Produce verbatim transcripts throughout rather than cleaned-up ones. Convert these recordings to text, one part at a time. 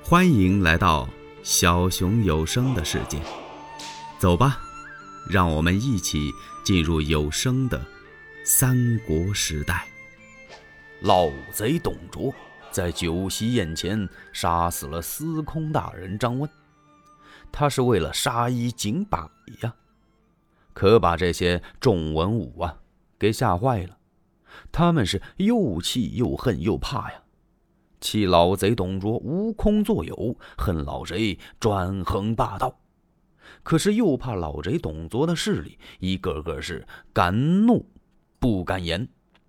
欢迎来到小熊有声的世界，走吧，让我们一起进入有声的三国时代。 老贼董卓在酒席宴前杀死了司空大人张温，他是为了杀一儆百呀，可把这些众文武啊给吓坏了，他们是又气又恨又怕呀。气老贼董卓无空作有，恨老贼专横霸道，可是又怕老贼董卓的势力，一个个是敢怒不敢言。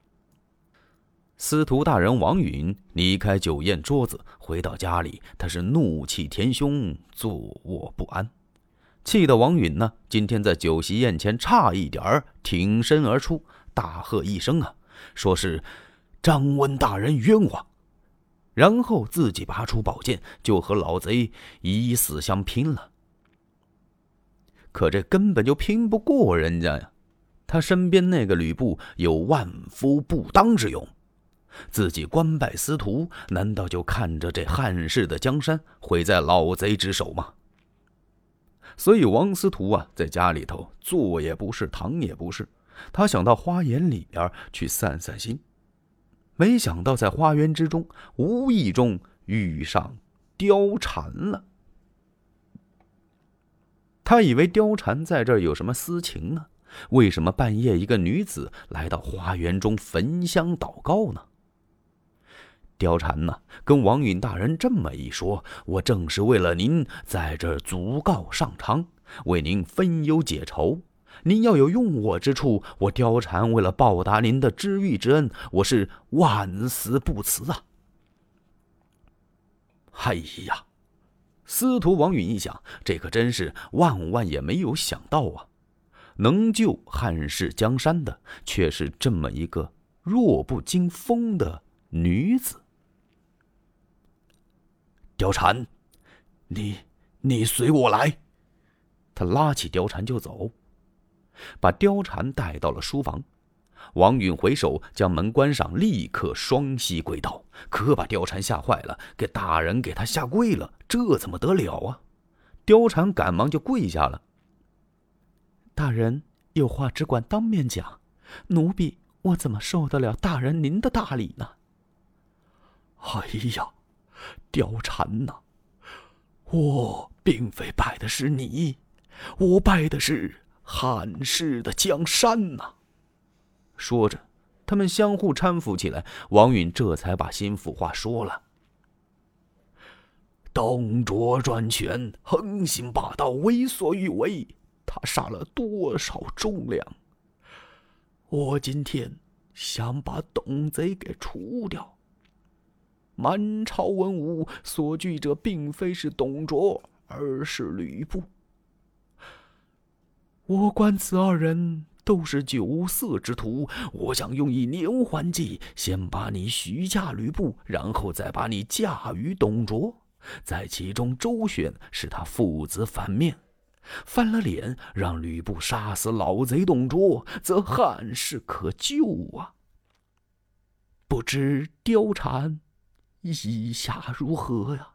司徒大人王允离开酒宴桌子，回到家里，他是怒气填胸，坐卧不安。气得王允呢，今天在酒席宴前差一点挺身而出，大喝一声啊，说是张温大人冤枉，然后自己拔出宝剑，就和老贼以死相拼了。可这根本就拼不过人家呀，他身边那个吕布有万夫不当之勇，自己官拜司徒，难道就看着这汉室的江山毁在老贼之手吗？所以王司徒啊，在家里头坐也不是，躺也不是，他想到花园里边去散散心，没想到在花园之中无意中遇上貂蝉了。他以为貂蝉在这儿有什么私情呢？为什么半夜一个女子来到花园中焚香祷告呢？貂蝉呢，跟王允大人这么一说，我正是为了您在这儿足告上苍，为您分忧解愁。您要有用我之处，我貂蝉为了报答您的知遇之恩，我是万死不辞啊！哎呀，司徒王允一想，这可真是万万也没有想到啊！能救汉室江山的，却是这么一个弱不禁风的女子。貂蝉，你你随我来！他拉起貂蝉就走，把貂蝉带到了书房。王允回手将门关上，立刻双膝跪倒，可把貂蝉吓坏了，给大人给他下跪了，这怎么得了啊？貂蝉赶忙就跪下了。大人有话只管当面讲，奴婢我怎么受得了大人您的大礼呢？哎呀，貂蝉呐、啊，我并非拜的是你，我拜的是汉室的江山呐、啊！说着，他们相互搀扶起来，王允这才把心腹话说了。董卓专权，横行霸道，为所欲为，他杀了多少忠良？我今天想把董贼给除掉。满朝文武所惧者，并非是董卓，而是吕布。我观此二人都是酒色之徒，我想用一连环计，先把你许嫁吕布，然后再把你嫁于董卓，在其中周旋，使他父子反面，翻了脸，让吕布杀死老贼董卓，则汉室可救啊！不知貂蝉意下如何呀？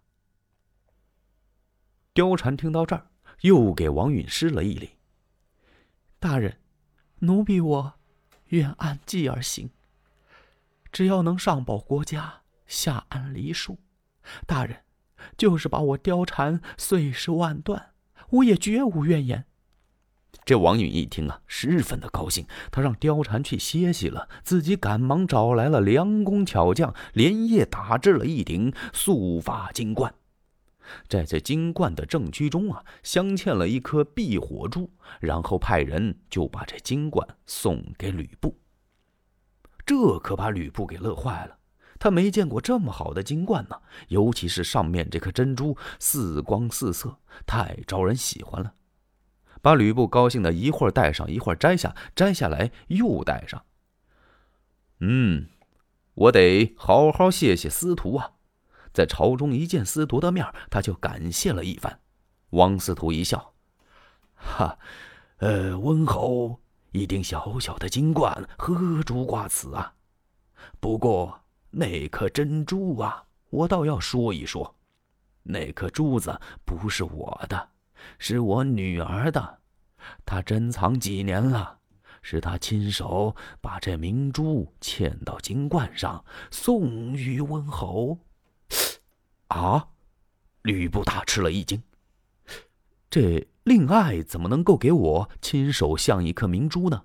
貂蝉听到这儿，又给王允施了一礼。大人，奴婢我愿按计而行，只要能上报国家，下安黎庶，大人就是把我貂蝉碎尸万段，我也绝无怨言。这王允一听啊，十分的高兴，他让貂蝉去歇息了，自己赶忙找来了良工巧匠，连夜打制了一顶素发金冠。在这金冠的正躯中啊，镶嵌了一颗避火珠，然后派人就把这金冠送给吕布。这可把吕布给乐坏了，他没见过这么好的金冠呢，尤其是上面这颗珍珠四光四色，太招人喜欢了。把吕布高兴的一会儿戴上，一会儿摘下，摘下来又戴上。嗯，我得好好谢谢司徒啊！在朝中一见司徒的面，他就感谢了一番。王司徒一笑，哈，呃，温侯一顶小小的金冠，何足挂齿啊？不过那颗珍珠啊，我倒要说一说。 那颗珠子不是我的，是我女儿的，她珍藏几年了，是她亲手把这明珠嵌到金冠上，送与温侯。”啊！吕布大吃了一惊，这令爱怎么能够给我亲手像一颗明珠呢？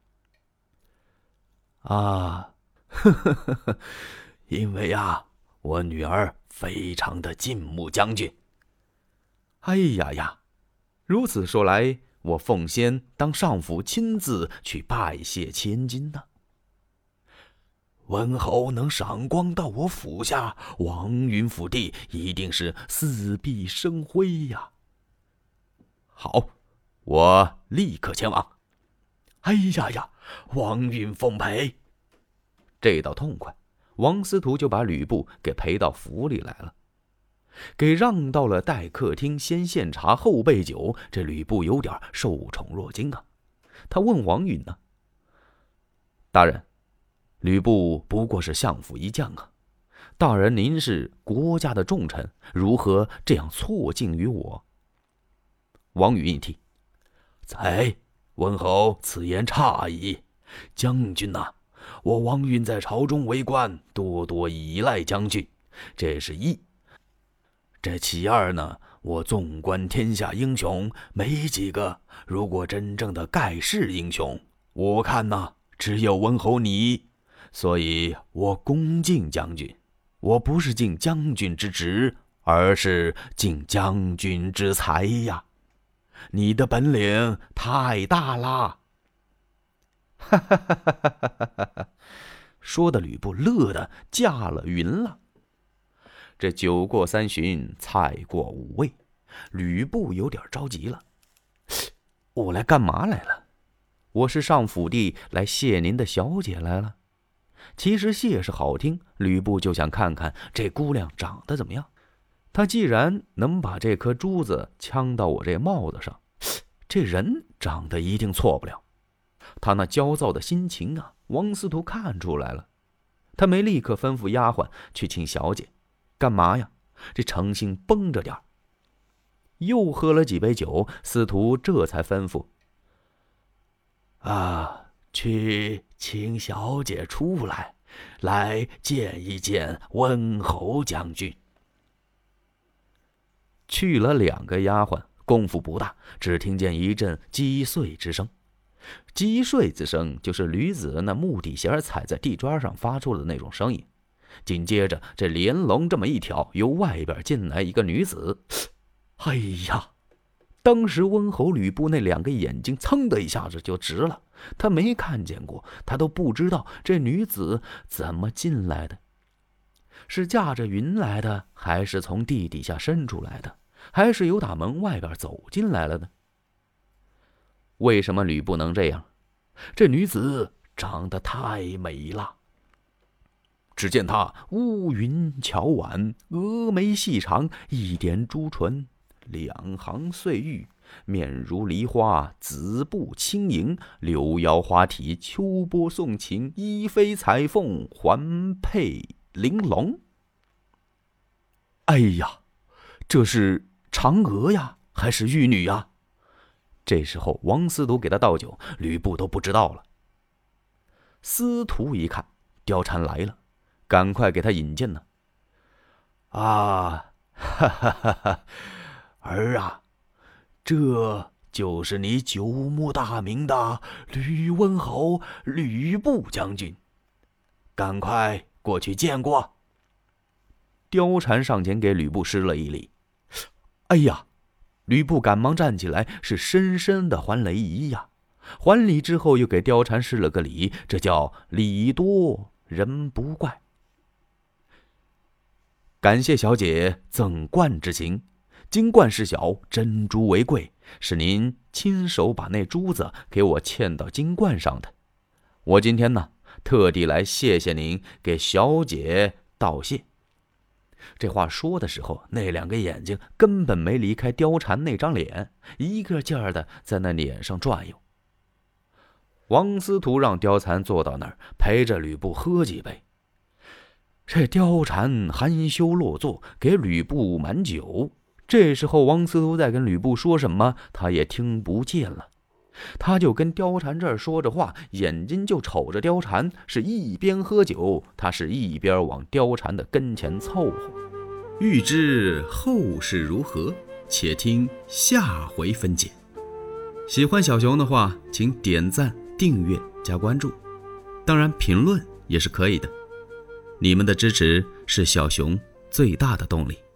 啊，呵呵呵呵，因为啊，我女儿非常的敬慕将军。哎呀呀，如此说来，我奉先当上府亲自去拜谢千金呢。温侯能赏光到我府下，王允府邸一定是死必生辉呀。好，我立刻前往。哎呀呀，王允奉陪。这道痛快，王司徒就把吕布给陪到府里来了，给让到了待客厅，先献茶后备酒。这吕布有点受宠若惊啊。他问王允呢：“大人，吕布不过是相府一将啊，大人您是国家的重臣，如何这样错敬于我？”王允一听：“才，温侯此言差矣。将军呐、啊，我王允在朝中为官，多多依赖将军，这是一。这其二呢，我纵观天下英雄，没几个。如果真正的盖世英雄，我看呐、啊，只有温侯你。所以我恭敬将军，我不是敬将军之职，而是敬将军之才呀。你的本领太大啦！”哈哈哈哈哈哈！说的吕布乐得驾了云了。这酒过三巡，菜过五味，吕布有点着急了。我来干嘛来了？我是上府邸来谢您的小姐来了。其实谢是好听，吕布就想看看这姑娘长得怎么样。她既然能把这颗珠子镶到我这帽子上，这人长得一定错不了。他那焦躁的心情啊，王司徒看出来了。他没立刻吩咐丫鬟去请小姐，干嘛呀？这诚心绷着点儿。又喝了几杯酒，司徒这才吩咐：“啊，去请小姐出来，来见一见温侯将军。”去了两个丫鬟，功夫不大，只听见一阵击碎之声。击碎之声就是驴子那木底弦踩在地砖上发出的那种声音。紧接着这连笼这么一挑，由外边进来一个女子。哎呀，当时温侯吕布那两个眼睛噌的一下子就直了。他没看见过，他都不知道这女子怎么进来的，是驾着云来的，还是从地底下伸出来的，还是由打门外边走进来了呢？为什么吕布能这样？这女子长得太美了。只见她乌云巧婉，峨眉细长，一点朱唇，两行碎玉，面如梨花，紫步轻盈，柳腰花体，秋波送情，衣飞彩凤，环佩玲珑。哎呀，这是嫦娥呀，还是玉女呀？这时候王司徒给他倒酒，吕布都不知道了。司徒一看貂蝉来了，赶快给他引荐呢。啊，哈哈哈哈，儿啊，这就是你久慕大名的吕温侯吕布将军，赶快过去见过。貂蝉上前给吕布施了一礼。哎呀，吕布赶忙站起来，是深深的还了一礼呀。还礼之后，又给貂蝉施了个礼，这叫礼多人不怪。感谢小姐赠冠之情，金冠事小，珍珠为贵，是您亲手把那珠子给我嵌到金冠上的。我今天呢，特地来谢谢您，给小姐道谢。这话说的时候，那两个眼睛根本没离开貂蝉那张脸，一个劲儿的在那脸上转悠。王司徒让貂蝉坐到那儿，陪着吕布喝几杯。 这貂蝉含羞落座，给吕布满酒。这时候王司徒在跟吕布说什么，他也听不见了。他就跟貂蝉这儿说着话，眼睛就瞅着貂蝉，是一边喝酒，他是一边往貂蝉的跟前凑合。 欲知后事如何，且听下回分解。喜欢小熊的话，请点赞、订阅、加关注，当然评论也是可以的。你们的支持是小熊最大的动力。